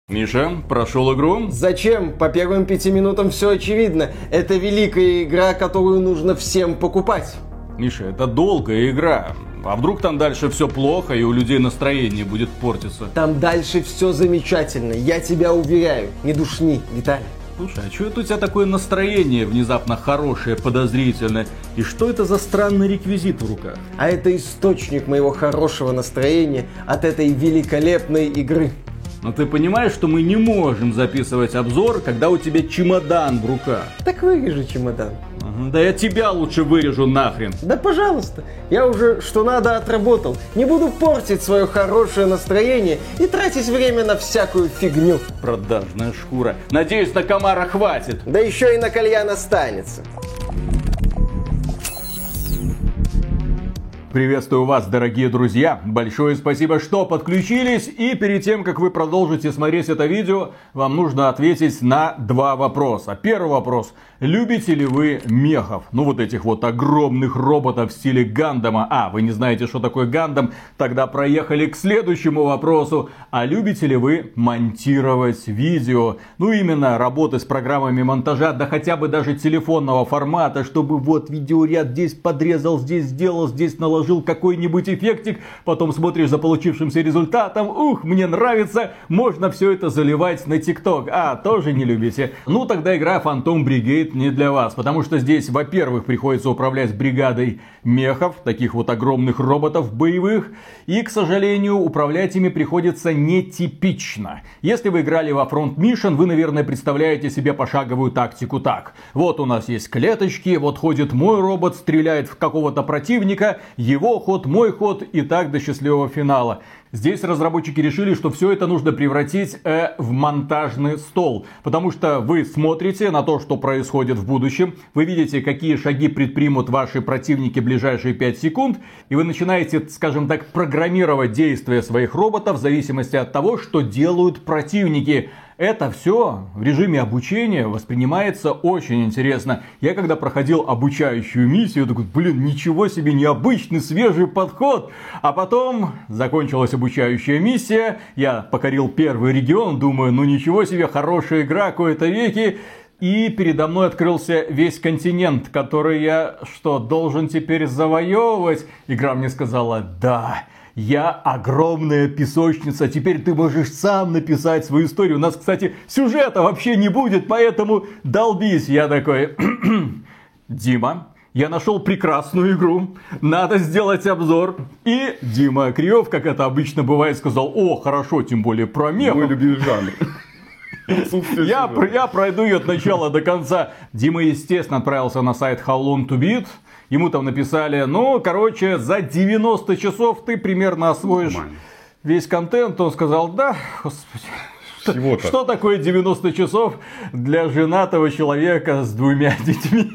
Миша, прошел игру? Зачем? По первым 5 минутам все очевидно. Это великая игра, которую нужно всем покупать. Миша, это долгая игра. А вдруг там дальше все плохо и у людей настроение будет портиться? Там дальше все замечательно, я тебя уверяю. Не душни, Виталий. Слушай, а что это у тебя такое настроение внезапно хорошее, подозрительное? И что это за странный реквизит в руках? А это источник моего хорошего настроения от этой великолепной игры. Но ты понимаешь, что мы не можем записывать обзор, когда у тебя чемодан в руках? Так вырежи чемодан. Да я тебя лучше вырежу нахрен. Да пожалуйста, я уже что надо отработал. Не буду портить свое хорошее настроение и тратить время на всякую фигню. Продажная шкура. Надеюсь, на комара хватит. Да еще и на кальян останется. Приветствую вас, дорогие друзья. Большое спасибо, что подключились. И перед тем, как вы продолжите смотреть это видео, вам нужно ответить на два вопроса. Первый вопрос. Любите ли вы мехов? Ну, вот этих вот огромных роботов в стиле Гандама. А, вы не знаете, что такое Гандам? Тогда проехали к следующему вопросу. А любите ли вы монтировать видео? Ну, именно работы с программами монтажа, да хотя бы даже телефонного формата, чтобы вот видеоряд здесь подрезал, здесь сделал, здесь наложил какой-нибудь эффектик, потом смотришь за получившимся результатом, ух, мне нравится, можно все это заливать на ТикТок. А, тоже не любите? Ну, тогда игра Phantom Brigade не для вас, потому что здесь, во-первых, приходится управлять бригадой мехов, таких вот огромных роботов боевых, и, к сожалению, управлять ими приходится нетипично. Если вы играли во Front Mission, вы, наверное, представляете себе пошаговую тактику так. Вот у нас есть клеточки, вот ходит мой робот, стреляет в какого-то противника, его ход, мой ход и так до счастливого финала. Здесь разработчики решили, что все это нужно превратить в монтажный стол. Потому что вы смотрите на то, что происходит в будущем. Вы видите, какие шаги предпримут ваши противники в ближайшие 5 секунд. И вы начинаете, скажем так, программировать действия своих роботов в зависимости от того, что делают противники. Это все в режиме обучения воспринимается очень интересно. Я когда проходил обучающую миссию, такой, блин, ничего себе, необычный, свежий подход. А потом закончилась обучающая миссия, я покорил первый регион, думаю, ну ничего себе, хорошая игра, кои-то веки. И передо мной открылся весь континент, который я что, должен теперь завоевывать? Игра мне сказала, да. Я огромная песочница, теперь ты можешь сам написать свою историю. У нас, кстати, сюжета вообще не будет, поэтому долбись. Я такой, Дима, я нашел прекрасную игру, надо сделать обзор. И Дима Криев, как это обычно бывает, сказал, о, хорошо, тем более про мехов. Мой любимый жанр. Я пройду ее от начала до конца. Дима, естественно, отправился на сайт How Long to Beat. Ему там написали, ну, короче, за 90 часов ты примерно освоишь весь контент. Он сказал, да, господи, что такое 90 часов для женатого человека с 2 детьми?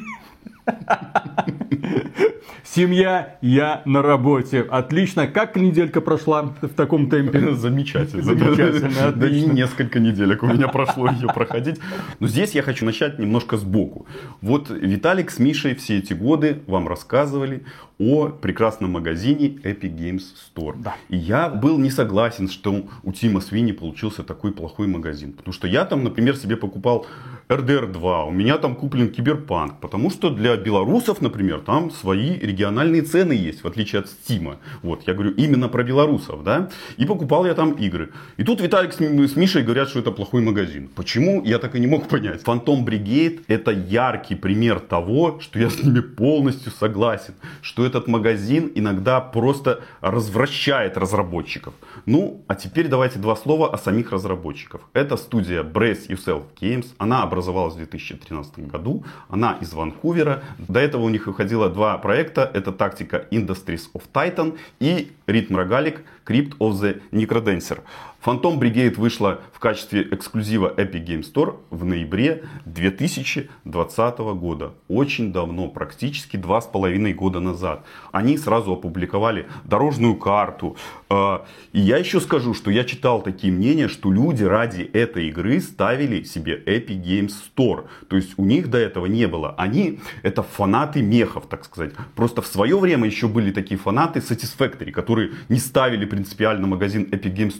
Семья, я на работе. Отлично. Как неделька прошла в таком темпе? Замечательно. Замечательно. Да и несколько неделек у меня прошло ее проходить. Но здесь я хочу начать немножко сбоку. Вот Виталик с Мишей все эти годы вам рассказывали о прекрасном магазине Epic Games Store. Да. И я был не согласен, что у Тима Свини получился такой плохой магазин. Потому что я там, например, себе покупал RDR 2, у меня там куплен Киберпанк. Потому что для белорусов, например, там свои региональные цены есть, в отличие от Стима. Вот, я говорю именно про белорусов, да. И покупал я там игры. И тут Виталик с Мишей говорят, что это плохой магазин. Почему? Я так и не мог понять. Phantom Brigade это яркий пример того, что я с ними полностью согласен. Что этот магазин иногда просто развращает разработчиков. Ну, а теперь давайте два слова о самих разработчиках. Это студия Brace Yourself Games. Она образовалась в 2013 году. Она из Ванкувера. До этого у них выходило 2 проекта. Это тактика Industries of Titan и ритм рогалик Crypt of the Necrodancer. Phantom Brigade вышла в качестве эксклюзива Epic Games Store в ноябре 2020 года. Очень давно, практически 2,5 года назад. Они сразу опубликовали дорожную карту. И я еще скажу, что я читал такие мнения, что люди ради этой игры ставили себе Epic Games Store. То есть у них до этого не было. Они это фанаты мехов, так сказать. Просто в свое время еще были такие фанаты Satisfactory, которые не ставили принципиально магазин Epic Games Store. Ну, как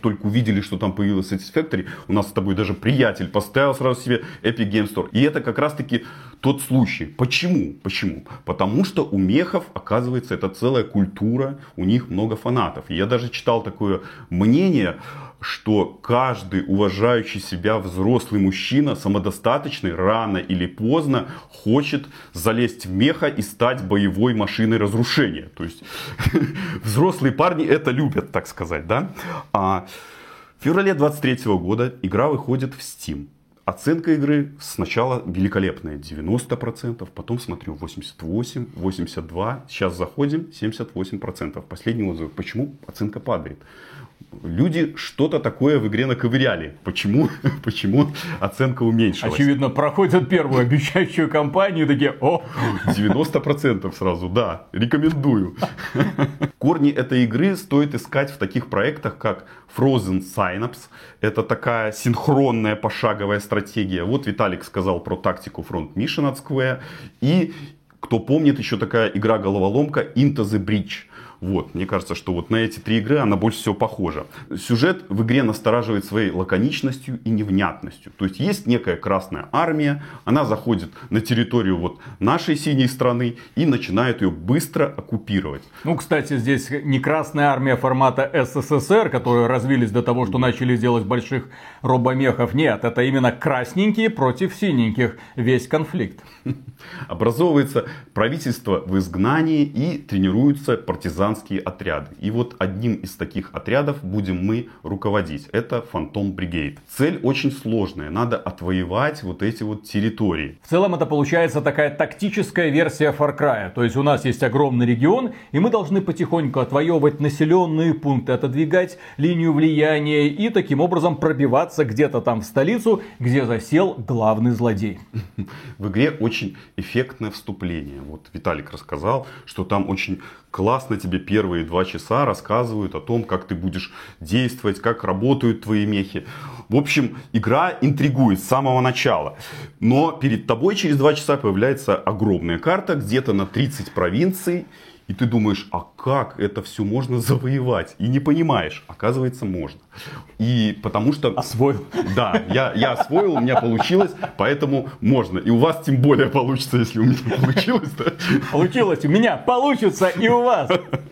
только увидели, что там появилась Satisfactory, у нас с тобой даже приятель поставил сразу себе Epic Game Store. И это как раз-таки тот случай. Почему? Потому что у мехов, оказывается, это целая культура, у них много фанатов. И я даже читал такое мнение, что каждый уважающий себя взрослый мужчина, самодостаточный, рано или поздно хочет залезть в меха и стать боевой машиной разрушения. То есть взрослые парни это любят, так сказать, да? В феврале 23 года игра выходит в Steam. Оценка игры сначала великолепная, 90%, потом смотрю 88, 82, сейчас заходим 78%. Последний отзыв. Почему оценка падает? Люди что-то такое в игре наковыряли. Почему оценка уменьшилась? Очевидно, проходят первую обещающую кампанию, такие, о! 90% сразу, да, рекомендую. Корни этой игры стоит искать в таких проектах, как Frozen Synapse. Это такая синхронная пошаговая стратегия. Вот Виталик сказал про тактику Front Mission от Square. И, кто помнит, еще такая игра-головоломка Into the Breach. Вот, мне кажется, что вот на эти три игры она больше всего похожа. Сюжет в игре настораживает своей лаконичностью и невнятностью. То есть есть некая Красная Армия, она заходит на территорию вот нашей синей страны и начинает ее быстро оккупировать. Ну, кстати, здесь не Красная Армия формата СССР, которые развились до того, что начали делать больших робомехов. Нет, это именно красненькие против синеньких. Весь конфликт. Образовывается правительство в изгнании и тренируются партизанские отряды. И вот одним из таких отрядов будем мы руководить. Это Phantom Brigade. Цель очень сложная. Надо отвоевать вот эти вот территории. В целом это получается такая тактическая версия Far Cry. То есть у нас есть огромный регион, и мы должны потихоньку отвоевывать населенные пункты, отодвигать линию влияния и таким образом пробиваться где-то там в столицу, где засел главный злодей. В игре очень эффектное вступление. Вот Виталик рассказал, что там очень классно тебе первые 2 часа рассказывают о том, как ты будешь действовать, как работают твои мехи. В общем, игра интригует с самого начала. Но перед тобой через 2 часа появляется огромная карта, где-то на 30 провинций. И ты думаешь, а как это все можно завоевать? И не понимаешь, оказывается, можно. И потому что... Освоил. Да, я освоил, у меня получилось, поэтому можно. И у вас тем более получится, если у меня получилось. Да? Получилось у меня, получится и у вас.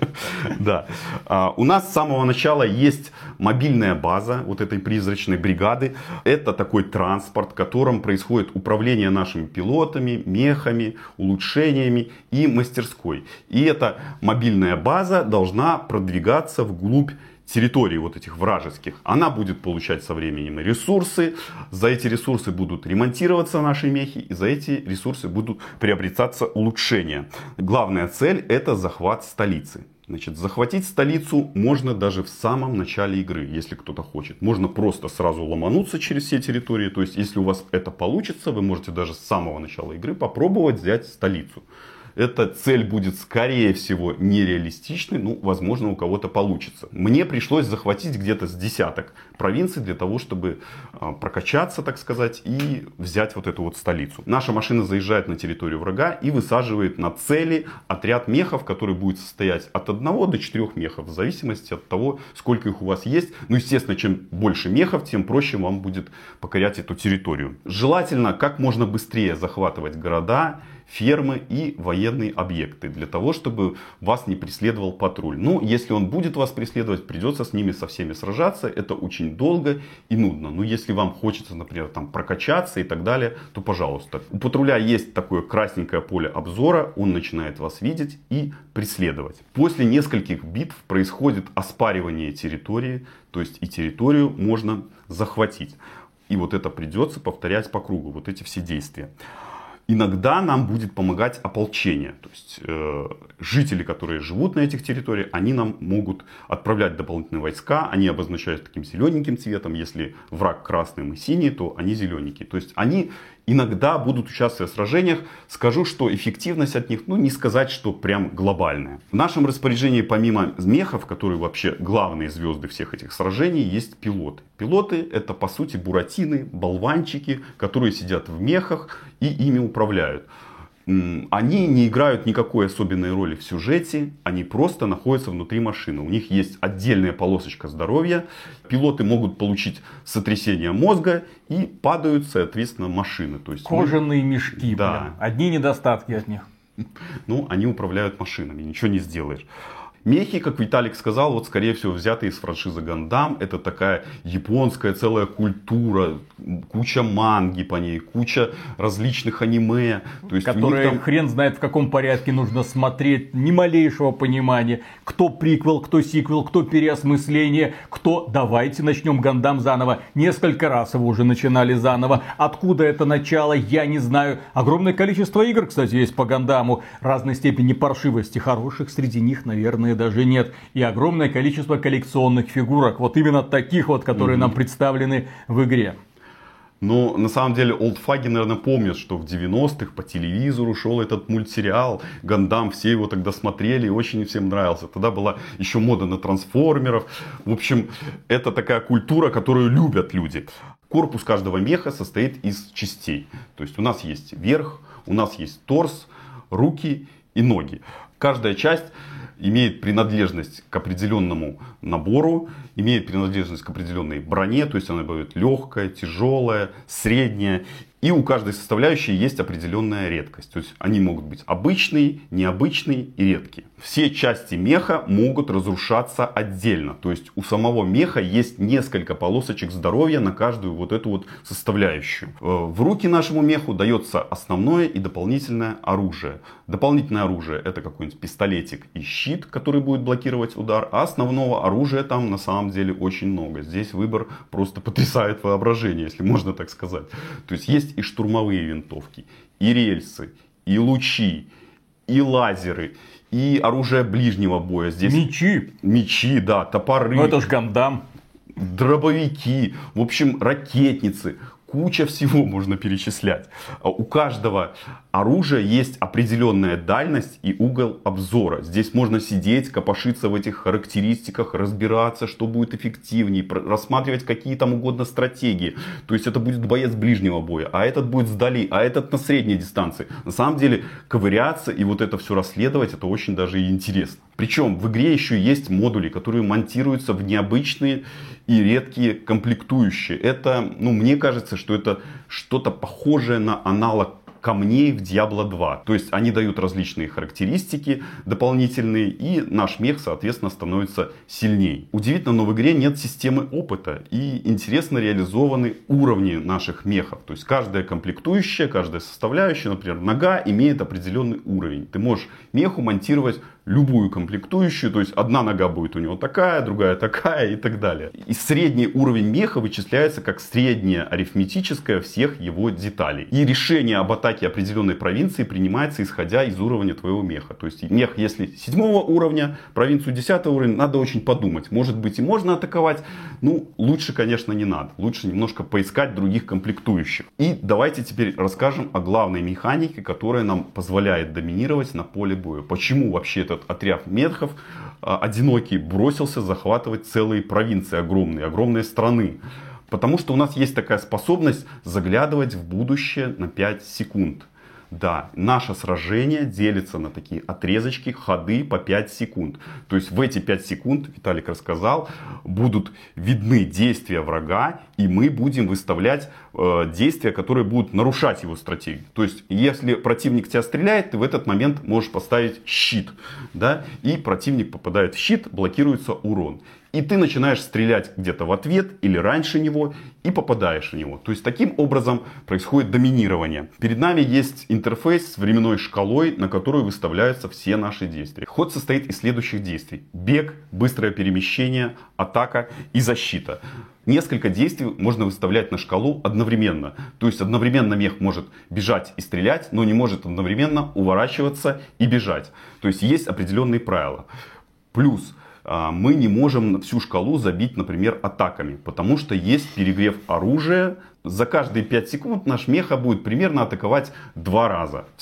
Да. У нас с самого начала есть мобильная база вот этой призрачной бригады. Это такой транспорт, в котором происходит управление нашими пилотами, мехами, улучшениями и мастерской. И эта мобильная база должна продвигаться вглубь территории вот этих вражеских. Она будет получать со временем ресурсы. За эти ресурсы будут ремонтироваться наши мехи. И за эти ресурсы будут приобретаться улучшения. Главная цель — это захват столицы. Значит, захватить столицу можно даже в самом начале игры, если кто-то хочет. Можно просто сразу ломануться через все территории. То есть, если у вас это получится, вы можете даже с самого начала игры попробовать взять столицу. Эта цель будет, скорее всего, нереалистичной, ну, возможно, у кого-то получится. Мне пришлось захватить где-то с десяток провинций для того, чтобы прокачаться, так сказать, и взять вот эту вот столицу. Наша машина заезжает на территорию врага и высаживает на цели отряд мехов, который будет состоять от 1 до 4 мехов, в зависимости от того, сколько их у вас есть. Ну, естественно, чем больше мехов, тем проще вам будет покорять эту территорию. Желательно как можно быстрее захватывать города, фермы и военные объекты, для того, чтобы вас не преследовал патруль. Ну, если он будет вас преследовать, придется с ними со всеми сражаться. Это очень долго и нудно. Но если вам хочется, например, там прокачаться и так далее, то пожалуйста. У патруля есть такое красненькое поле обзора, он начинает вас видеть и преследовать. После нескольких битв происходит оспаривание территории, то есть и территорию можно захватить. И вот это придется повторять по кругу, вот эти все действия. Иногда нам будет помогать ополчение. То есть жители, которые живут на этих территориях, они нам могут отправлять дополнительные войска. Они обозначают таким зелененьким цветом. Если враг красный и синий, то они зелененькие. То есть они иногда будут участвовать в сражениях. Скажу, что эффективность от них, ну, не сказать, что прям глобальная. В нашем распоряжении, помимо мехов, которые вообще главные звезды всех этих сражений, есть пилоты. Пилоты — это, по сути, буратины, болванчики, которые сидят в мехах и ими управляют. Они не играют никакой особенной роли в сюжете, они просто находятся внутри машины. У них есть отдельная полосочка здоровья, пилоты могут получить сотрясение мозга и падают, соответственно, машины. То есть, Кожаные мешки, да. прям. Одни недостатки от них. Ну, они управляют машинами, ничего не сделаешь. Мехи, как Виталик сказал, вот скорее всего взяты из франшизы Гандам. Это такая японская целая культура, куча манги по ней, куча различных аниме. То есть которые там... хрен знает в каком порядке нужно смотреть, ни малейшего понимания. Кто приквел, кто сиквел, кто переосмысление, кто давайте начнем Гандам заново. Несколько раз его уже начинали заново. Откуда это начало, я не знаю. Огромное количество игр, кстати, есть по Гандаму. Разной степени паршивости. Хороших среди них, наверное, даже нет. И огромное количество коллекционных фигурок. Вот именно таких вот, которые нам представлены в игре. Но на самом деле олдфаги, наверное, помнят, что в 90-х по телевизору шел этот мультсериал Гандам, все его тогда смотрели и очень всем нравился. Тогда была еще мода на трансформеров. В общем, это такая культура, которую любят люди. Корпус каждого меха состоит из частей. То есть у нас есть верх, у нас есть торс, руки и ноги. Каждая часть имеет принадлежность к определенному набору, имеет принадлежность к определенной броне, то есть она бывает легкая, тяжелая, средняя. И у каждой составляющей есть определенная редкость. То есть они могут быть обычные, необычные и редкие. Все части меха могут разрушаться отдельно. То есть у самого меха есть несколько полосочек здоровья на каждую вот эту вот составляющую. В руки нашему меху дается основное и дополнительное оружие. Дополнительное оружие — это какой-нибудь пистолетик и щит, который будет блокировать удар. А основного оружия там на самом деле очень много. Здесь выбор просто потрясает воображение, если можно так сказать. То есть есть и штурмовые винтовки, и рельсы, и лучи, и лазеры, и оружие ближнего боя. Здесь мечи, да, топоры. Ну это ж Гандам. Дробовики, в общем, ракетницы. Куча всего можно перечислять. У каждого оружия есть определенная дальность и угол обзора. Здесь можно сидеть, копошиться в этих характеристиках, разбираться, что будет эффективнее, рассматривать какие там угодно стратегии. То есть это будет боец ближнего боя, а этот будет сдали, а этот на средней дистанции. На самом деле ковыряться и вот это все расследовать, это очень даже и интересно. Причем в игре еще есть модули, которые монтируются в необычные и редкие комплектующие. Это, мне кажется, что это что-то похожее на аналог камней в Diablo 2. То есть они дают различные характеристики дополнительные, и наш мех, соответственно, становится сильней. Удивительно, но в игре нет системы опыта, и интересно реализованы уровни наших мехов. То есть каждая комплектующая, каждая составляющая, например, нога имеет определенный уровень. Ты можешь меху монтировать любую комплектующую, то есть одна нога будет у него такая, другая такая и так далее. И средний уровень меха вычисляется как среднее арифметическое всех его деталей. И решение об атаке определенной провинции принимается исходя из уровня твоего меха. То есть мех, если 7 уровня, провинцию 10 уровня, надо очень подумать. Может быть и можно атаковать, лучше, конечно, не надо. Лучше немножко поискать других комплектующих. И давайте теперь расскажем о главной механике, которая нам позволяет доминировать на поле боя. Почему вообще этот отряд мехов одинокий бросился захватывать целые провинции огромные страны? Потому что у нас есть такая способность заглядывать в будущее на 5 секунд. Да, наше сражение делится на такие отрезочки, ходы по 5 секунд. То есть в эти 5 секунд, Виталик рассказал, будут видны действия врага, и мы будем выставлять действия, которые будут нарушать его стратегию. То есть если противник тебя стреляет, ты в этот момент можешь поставить щит. Да, и противник попадает в щит, блокируется урон. И ты начинаешь стрелять где-то в ответ или раньше него и попадаешь в него. То есть таким образом происходит доминирование. Перед нами есть интерфейс с временной шкалой, на которую выставляются все наши действия. Ход состоит из следующих действий. Бег, быстрое перемещение, атака и защита. Несколько действий можно выставлять на шкалу одновременно. То есть одновременно мех может бежать и стрелять, но не может одновременно уворачиваться и бежать. То есть есть определенные правила. Плюс мы не можем всю шкалу забить, например, атаками, потому что есть перегрев оружия. За каждые 5 секунд наш меха будет примерно атаковать 2 раза в среднем.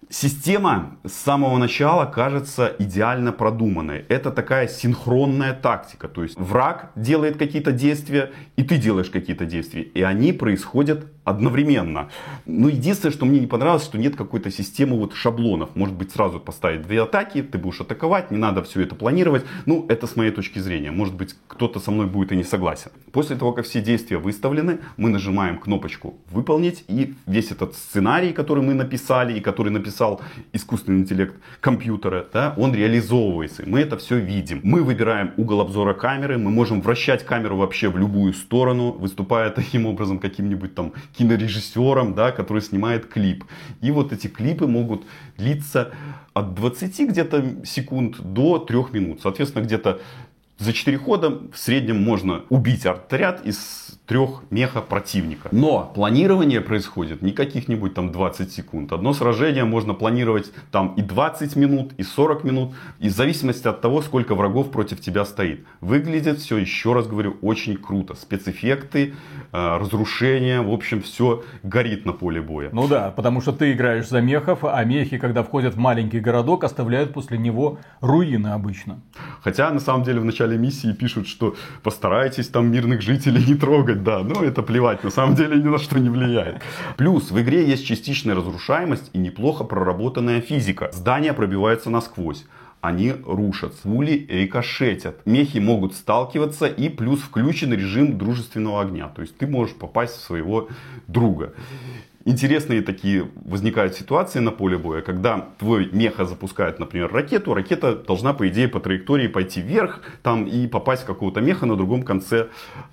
Система с самого начала кажется идеально продуманной. Это такая синхронная тактика. То есть враг делает какие-то действия, и ты делаешь какие-то действия. И они происходят одновременно. Но единственное, что мне не понравилось, что нет какой-то системы вот шаблонов. Может быть, сразу поставить 2 атаки, ты будешь атаковать, не надо все это планировать. Ну, это с моей точки зрения. Может быть, кто-то со мной будет и не согласен. После того, как все действия выставлены, мы нажимаем кнопочку «Выполнить», и весь этот сценарий, который мы написали, и который написал искусственный интеллект компьютера, да, он реализовывается. Мы это все видим. Мы выбираем угол обзора камеры, мы можем вращать камеру вообще в любую сторону, выступая таким образом каким-нибудь там кинорежиссером, да, который снимает клип. И вот эти клипы могут длиться от 20 где-то секунд до 3 минут. Соответственно, где-то за 4 хода в среднем можно убить арт-отряд из 3 меха противника. Но планирование происходит не каких-нибудь там 20 секунд. Одно сражение можно планировать там и 20 минут, и 40 минут. И в зависимости от того, сколько врагов против тебя стоит. Выглядит все, еще раз говорю, очень круто. Спецэффекты, разрушения, в общем, все горит на поле боя. Ну да, потому что ты играешь за мехов, а мехи, когда входят в маленький городок, оставляют после него руины обычно. Хотя, на самом деле, в начале миссии пишут, что постарайтесь там мирных жителей не трогать. Да, но это плевать, на самом деле ни на что не влияет. Плюс в игре есть частичная разрушаемость и неплохо проработанная физика. Здания пробиваются насквозь. Они рушатся, пули рикошетят, мехи могут сталкиваться, и плюс включен режим дружественного огня. То есть ты можешь попасть в своего друга. Интересные такие возникают ситуации на поле боя, когда твой меха запускает, например, ракету. Ракета должна, по идее, по траектории пойти вверх там, и попасть в какого-то меха на другом конце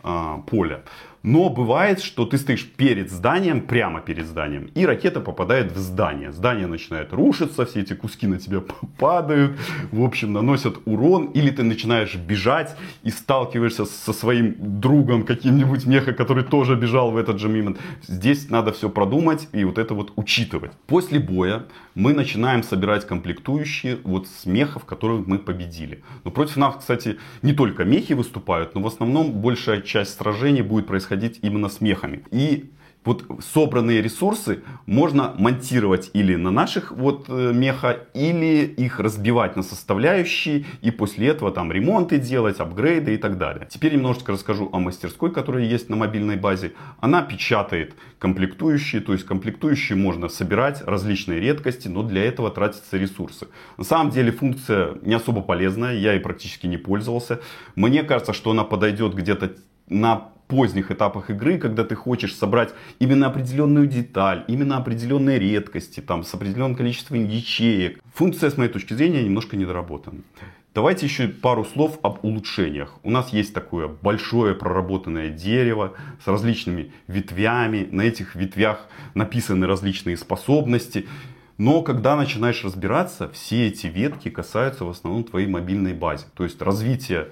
поля. Но бывает, что ты стоишь перед зданием, прямо перед зданием, и ракета попадает в здание. Здание начинает рушиться, все эти куски на тебя падают, в общем, наносят урон. Или ты начинаешь бежать и сталкиваешься со своим другом каким-нибудь меха, который тоже бежал в этот же момент. Здесь надо все продумать и вот это вот учитывать. После боя мы начинаем собирать комплектующие вот с мехов, которых мы победили. Но против нас, кстати, не только мехи выступают, но в основном большая часть сражений будет происходить именно с мехами. И вот собранные ресурсы можно монтировать или на наших вот меха, или их разбивать на составляющие, и после этого там ремонты делать, апгрейды и так далее. Теперь немножечко расскажу о мастерской, которая есть на мобильной базе. Она печатает комплектующие, то есть комплектующие можно собирать, различные редкости, но для этого тратятся ресурсы. На самом деле функция не особо полезная, я ей практически не пользовался. Мне кажется, что она подойдет где-то на поздних этапах игры, когда ты хочешь собрать именно определенную деталь, именно определенные редкости, там, с определенным количеством ячеек. Функция, с моей точки зрения, немножко недоработана. Давайте еще пару слов об улучшениях. У нас есть такое большое проработанное дерево с различными ветвями. На этих ветвях написаны различные способности. Но когда начинаешь разбираться, все эти ветки касаются в основном твоей мобильной базы. То есть развитие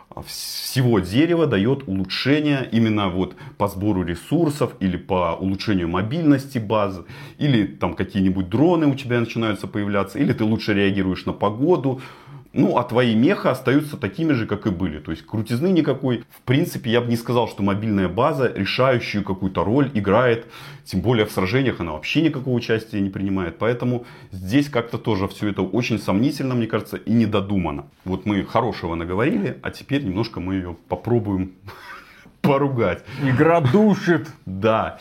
всего дерева дает улучшение именно вот по сбору ресурсов или по улучшению мобильности базы, или там какие-нибудь дроны у тебя начинаются появляться, или ты лучше реагируешь на погоду. Ну, а твои меха остаются такими же, как и были. То есть крутизны никакой. В принципе, я бы не сказал, что мобильная база решающую какую-то роль играет. Тем более в сражениях она вообще никакого участия не принимает. Поэтому здесь как-то тоже все это очень сомнительно, мне кажется, и недодумано. Вот мы хорошего наговорили, а теперь немножко мы ее попробуем поругать. Игра душит. Да.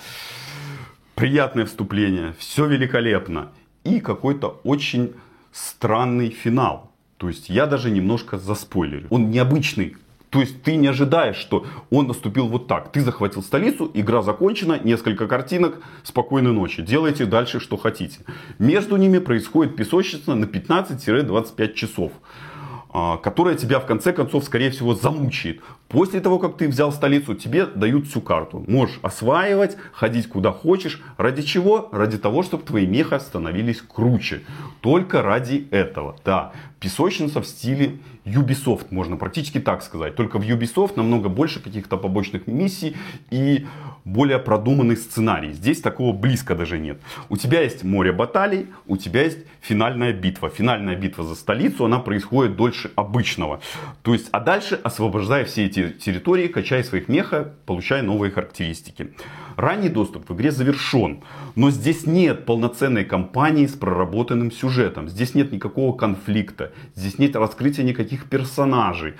Приятное вступление. Все великолепно. И какой-то очень странный финал. То есть я даже немножко заспойлерю. Он необычный. То есть ты не ожидаешь, что он наступил вот так. Ты захватил столицу, игра закончена, несколько картинок, спокойной ночи. Делайте дальше, что хотите. Между ними происходит песочница на 15-25 часов. Которая тебя в конце концов, скорее всего, замучает. После того, как ты взял столицу, тебе дают всю карту. Можешь осваивать, ходить куда хочешь. Ради чего? Ради того, чтобы твои меха становились круче. Только ради этого. Да, песочница в стиле Ubisoft, можно практически так сказать. Только в Ubisoft намного больше каких-то побочных миссий и более продуманный сценарий. Здесь такого близко даже нет. У тебя есть море баталий, у тебя есть финальная битва. Финальная битва за столицу, она происходит дольше обычного. То есть, а дальше освобождая все эти территории, качай своих меха, получай новые характеристики. Ранний доступ в игре завершен, но здесь нет полноценной кампании с проработанным сюжетом. Здесь нет никакого конфликта, здесь нет раскрытия никаких персонажей.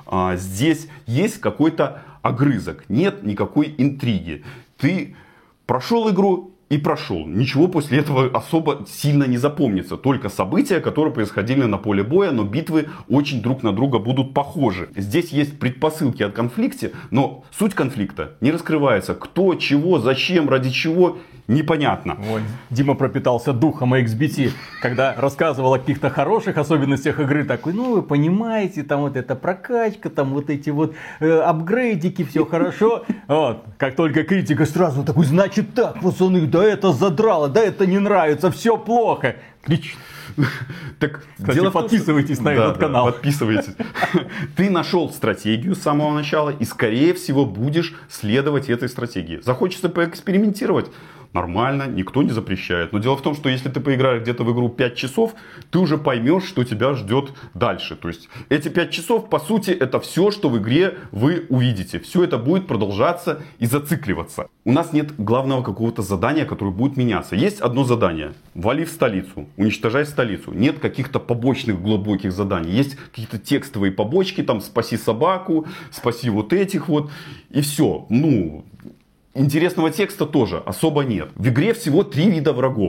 Здесь есть какой-то огрызок, нет никакой интриги. Ты прошел игру и прошел. Ничего после этого особо сильно не запомнится. Только события, которые происходили на поле боя, но битвы очень друг на друга будут похожи. Здесь есть предпосылки о конфликте, но суть конфликта не раскрывается. Кто, чего, зачем, ради чего, непонятно. Ой, Дима пропитался духом XBT, когда рассказывал о каких-то хороших особенностях игры, такой, ну вы понимаете, там вот эта прокачка, там вот эти вот апгрейдики, все хорошо. Вот. Как только критика сразу такой, значит так, пацаны, да это задрало, да это не нравится, все плохо. Отлично. Так, кстати, подписывайтесь на этот канал. Подписывайтесь. Ты нашел стратегию с самого начала и, скорее всего, будешь следовать этой стратегии. Захочется поэкспериментировать? Нормально, никто не запрещает. Но дело в том, что если ты поиграешь где-то в игру 5 часов, ты уже поймешь, что тебя ждет дальше. То есть эти 5 часов, по сути, это все, что в игре вы увидите. Все это будет продолжаться и зацикливаться. У нас нет главного какого-то задания, которое будет меняться. Есть одно задание. Вали в столицу, уничтожай столицу. Нет каких-то побочных глубоких заданий. Есть какие-то текстовые побочки, там спаси собаку, спаси вот этих вот. И все. Ну... Интересного текста тоже особо нет. В игре всего 3 вида врагов.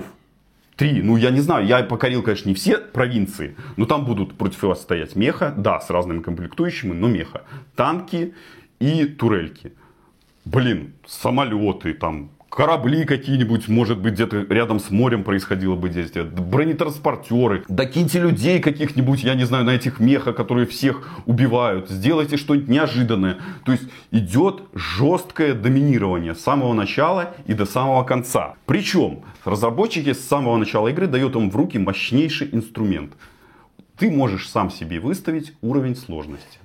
3. Ну, я не знаю, я покорил, конечно, не все провинции. Но там будут против вас стоять меха. Да, с разными комплектующими, но меха. Танки и турельки. Блин, самолеты там. Корабли какие-нибудь, может быть, где-то рядом с морем происходило бы действие. Бронетранспортеры. Докиньте людей каких-нибудь, я не знаю, на этих мехах, которые всех убивают. Сделайте что-нибудь неожиданное. То есть идет жесткое доминирование с самого начала и до самого конца. Причем разработчики с самого начала игры дают им в руки мощнейший инструмент. Ты можешь сам себе выставить уровень сложности.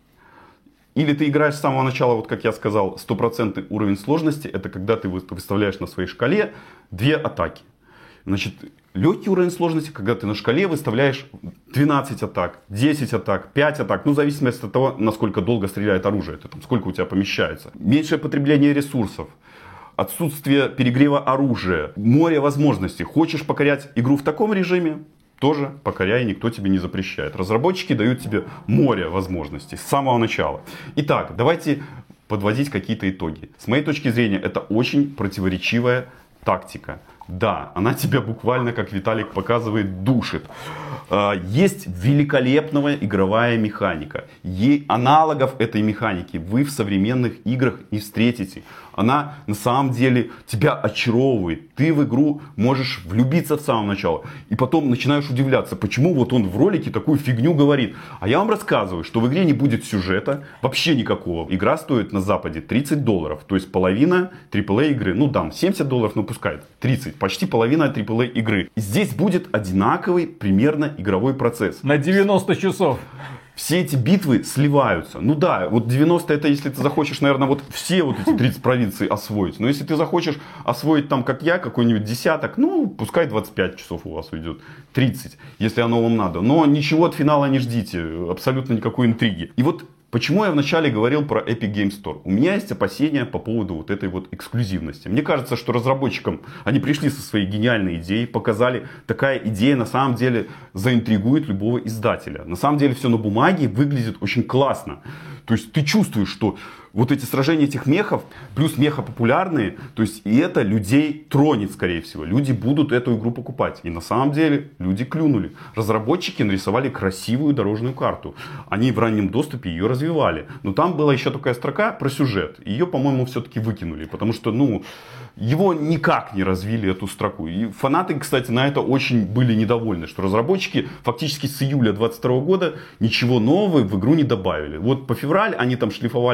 Или ты играешь с самого начала, вот как я сказал, 100% уровень сложности. Это когда ты выставляешь на своей шкале 2 атаки. Значит, легкий уровень сложности, когда ты на шкале выставляешь 12 атак, 10 атак, 5 атак. Ну, в зависимости от того, насколько долго стреляет оружие. Это, там, сколько у тебя помещается. Меньшее потребление ресурсов. Отсутствие перегрева оружия. Море возможностей. Хочешь покорять игру в таком режиме? Тоже покоряй, никто тебе не запрещает. Разработчики дают тебе море возможностей с самого начала. Итак, давайте подводить какие-то итоги. С моей точки зрения, это очень противоречивая тактика. Да, она тебя буквально, как Виталик показывает, душит. Есть великолепная игровая механика. Аналогов этой механики вы в современных играх не встретите. Она на самом деле тебя очаровывает. Ты в игру можешь влюбиться с самого начала. И потом начинаешь удивляться, почему вот он в ролике такую фигню говорит. А я вам рассказываю, что в игре не будет сюжета. Вообще никакого. Игра стоит на Западе $30. То есть половина AAA игры. Ну дам $70, ну пускай 30. Почти половина AAA игры. И здесь будет одинаковый примерно игровой процесс. На 90 часов. Все эти битвы сливаются. Ну да, вот 90 это если ты захочешь, наверное, вот все вот эти 30 провинций освоить. Но если ты захочешь освоить там, как я, какой-нибудь десяток, ну, пускай 25 часов у вас уйдет. 30, если оно вам надо. Но ничего от финала не ждите. Абсолютно никакой интриги. И вот почему я вначале говорил про Epic Games Store? У меня есть опасения по поводу вот этой вот эксклюзивности. Мне кажется, что разработчикам, они пришли со своей гениальной идеей, показали, такая идея на самом деле заинтригует любого издателя. На самом деле все на бумаге выглядит очень классно. То есть ты чувствуешь, что вот эти сражения этих мехов, плюс меха популярные, то есть и это людей тронет, скорее всего. Люди будут эту игру покупать. И на самом деле люди клюнули. Разработчики нарисовали красивую дорожную карту. Они в раннем доступе ее развивали. Но там была еще такая строка про сюжет. Ее, по-моему, все-таки выкинули. Потому что, ну, его никак не развили, эту строку. И фанаты, кстати, на это очень были недовольны. Что разработчики фактически с июля 2022 года ничего нового в игру не добавили. Вот по февраль они там шлифовали ошибки,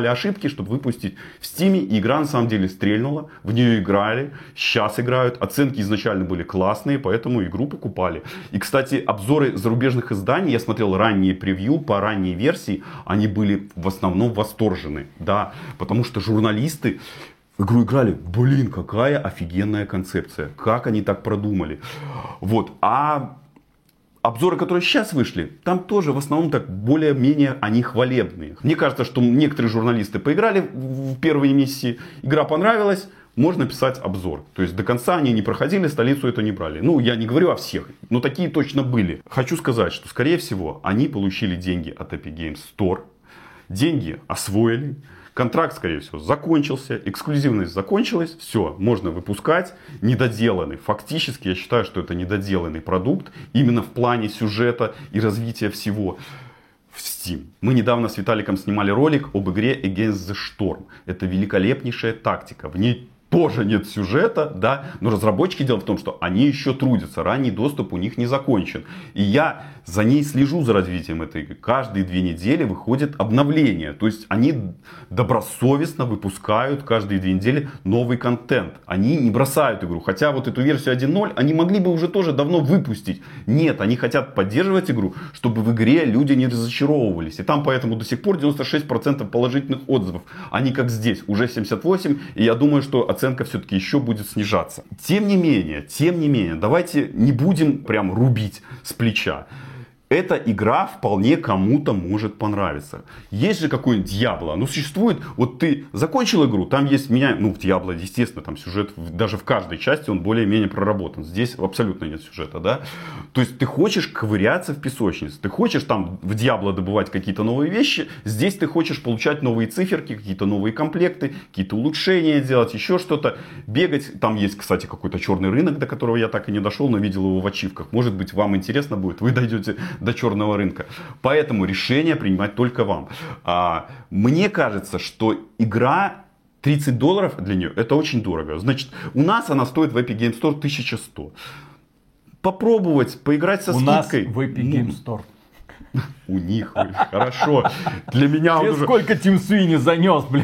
подписки, чтобы выпустить в Steam. И игра на самом деле стрельнула, в нее играли, сейчас играют. Оценки изначально были классные, поэтому игру покупали. И, кстати, обзоры зарубежных изданий, я смотрел ранние превью по ранней версии, они были в основном восторжены. Да, потому что журналисты в игру играли, блин, какая офигенная концепция, как они так продумали. Вот, а обзоры, которые сейчас вышли, там тоже в основном так более-менее они хвалебные. Мне кажется, что некоторые журналисты поиграли в первой миссии, игра понравилась, можно писать обзор. То есть до конца они не проходили, столицу это не брали. Ну, я не говорю о всех, но такие точно были. Хочу сказать, что скорее всего они получили деньги от Epic Games Store, деньги освоили. Контракт, скорее всего, закончился, эксклюзивность закончилась, все, можно выпускать, недоделанный. Фактически, я считаю, что это недоделанный продукт, именно в плане сюжета и развития всего в Steam. Мы недавно с Виталиком снимали ролик об игре Against the Storm. Это великолепнейшая тактика, в ней тоже нет сюжета, да, но разработчики, дело в том, что они еще трудятся, ранний доступ у них не закончен. И я за ней слежу, за развитием этой игры. Каждые 2 недели выходит обновление. То есть они добросовестно выпускают каждые 2 недели новый контент. Они не бросают игру. Хотя вот эту версию 1.0 они могли бы уже тоже давно выпустить. Нет, они хотят поддерживать игру, чтобы в игре люди не разочаровывались. И там поэтому до сих пор 96% положительных отзывов. Они как здесь, уже 78%. И я думаю, что оценка все-таки еще будет снижаться. Тем не менее, давайте не будем прям рубить с плеча. Эта игра вполне кому-то может понравиться. Есть же какой-нибудь Diablo. Ну, существует, вот ты закончил игру, там есть в Diablo, естественно, там сюжет, даже в каждой части он более-менее проработан. Здесь абсолютно нет сюжета, да. То есть ты хочешь ковыряться в песочнице, ты хочешь там в Diablo добывать какие-то новые вещи, здесь ты хочешь получать новые циферки, какие-то новые комплекты, какие-то улучшения делать, еще что-то, бегать. Там есть, кстати, какой-то черный рынок, до которого я так и не дошел, но видел его в ачивках. Может быть, вам интересно будет, вы дойдете до черного рынка. Поэтому решение принимать только вам. Мне кажется, что игра $30 для нее это очень дорого. Значит, у нас она стоит в Epic Games Store 1100. Попробовать, поиграть со скидкой. У нас в Epic Games Store. У них, хорошо. Для меня он уже... Сколько Тим Свини занес, блин.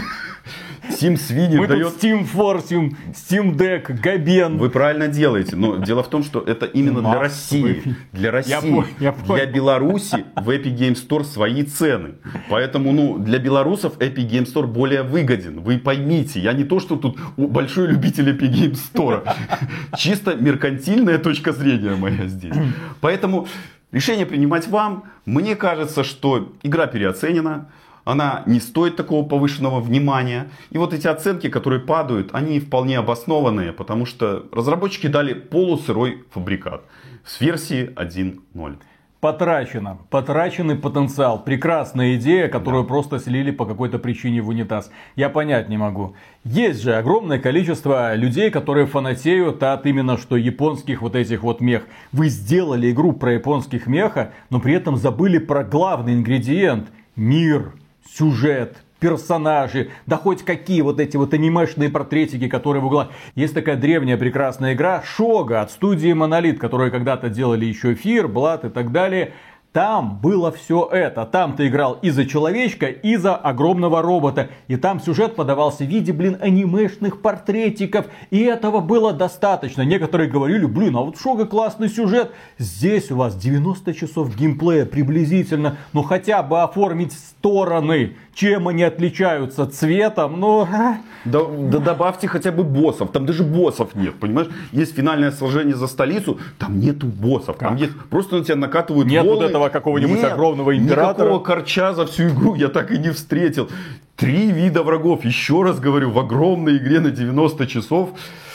Steam Sweeney Мы дает... тут Steam Force, Steam Deck, Габен. Вы правильно делаете, но дело в том, что это именно для России. Для России. Я понял. Для Беларуси в Epic Games Store свои цены. Поэтому, для белорусов Epic Games Store более выгоден. Вы поймите, я не то, что тут большой любитель Epic Games Store. Чисто меркантильная точка зрения моя здесь. Поэтому решение принимать вам. Мне кажется, что игра переоценена. Она не стоит такого повышенного внимания. И вот эти оценки, которые падают, они вполне обоснованные, потому что разработчики дали полусырой фабрикат с версии 1.0. Потрачено. Потраченный потенциал. Прекрасная идея, которую просто слили по какой-то причине в унитаз. Я понять не могу. Есть же огромное количество людей, которые фанатеют от именно что японских вот этих вот мех. Вы сделали игру про японских меха, но при этом забыли про главный ингредиент. Мир, сюжет, персонажи, да хоть какие вот эти вот анимешные портретики, которые в углах. Есть такая древняя прекрасная игра Шога от студии Monolith, которые когда-то делали еще Fear, Blood и так далее. Там было все это. Там ты играл и за человечка, и за огромного робота. И там сюжет подавался в виде, анимешных портретиков. И этого было достаточно. Некоторые говорили, а вот Шога классный сюжет. Здесь у вас 90 часов геймплея приблизительно. Ну хотя бы оформить стороны. Чем они отличаются? Цветом? Да добавьте хотя бы боссов. Там даже боссов нет, понимаешь? Есть финальное сражение за столицу. Там нету боссов. Там есть, просто на тебя накатывают нет волны. Вот этого какого-нибудь огромного императора. Никакого корча за всю игру я так и не встретил. 3 вида врагов. Еще раз говорю, в огромной игре на 90 часов.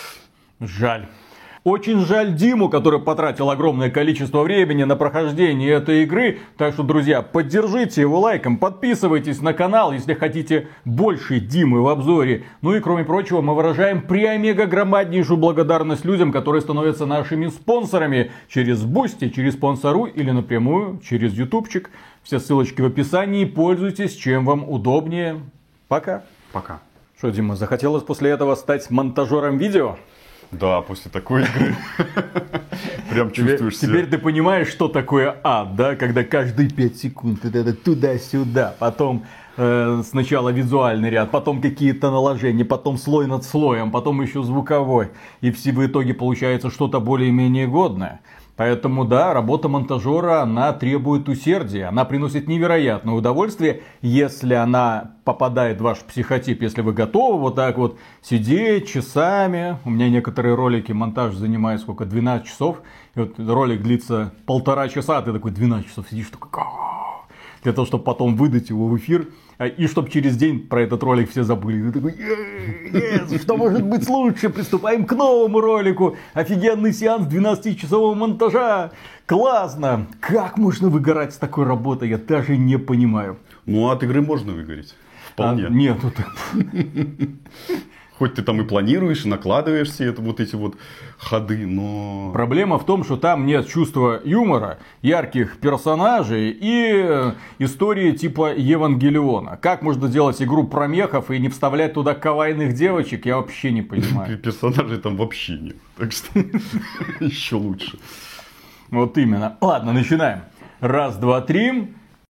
Жаль. Очень жаль Диму, который потратил огромное количество времени на прохождение этой игры. Так что, друзья, поддержите его лайком, подписывайтесь на канал, если хотите больше Димы в обзоре. Ну и, кроме прочего, мы выражаем преомега громаднейшую благодарность людям, которые становятся нашими спонсорами через Бусти, через Спонсору или напрямую через ютубчик. Все ссылочки в описании. Пользуйтесь, чем вам удобнее. Пока. Пока. Что, Дима, захотелось после этого стать монтажером видео? Да, после такой игры прям чувствуешь себя. Теперь ты понимаешь, что такое ад, да? Когда каждые 5 секунд это туда-сюда, потом сначала визуальный ряд, потом какие-то наложения, потом слой над слоем, потом еще звуковой. И в итоге получается что-то более-менее годное. Поэтому, да, работа монтажера, она требует усердия, она приносит невероятное удовольствие, если она попадает в ваш психотип, если вы готовы вот так вот сидеть часами. У меня некоторые ролики, монтаж занимает сколько, 12 часов, и вот ролик длится 1,5 часа, а ты такой 12 часов сидишь, такой, для того, чтобы потом выдать его в эфир, и чтобы через день про этот ролик все забыли. Ты такой, что может быть лучше? Приступаем к новому ролику. Офигенный сеанс 12-часового монтажа. Классно. Как можно выгорать с такой работой? Я даже не понимаю. Ну, от игры можно выгореть. Вполне. Нет, ну так... Хоть ты там и планируешь, и накладываешь все это, вот эти вот ходы, но... Проблема в том, что там нет чувства юмора, ярких персонажей и истории типа Евангелиона. Как можно делать игру про мехов и не вставлять туда кавайных девочек, я вообще не понимаю. Персонажей там вообще нет, так что еще лучше. Вот именно. Ладно, начинаем. 1, 2, 3.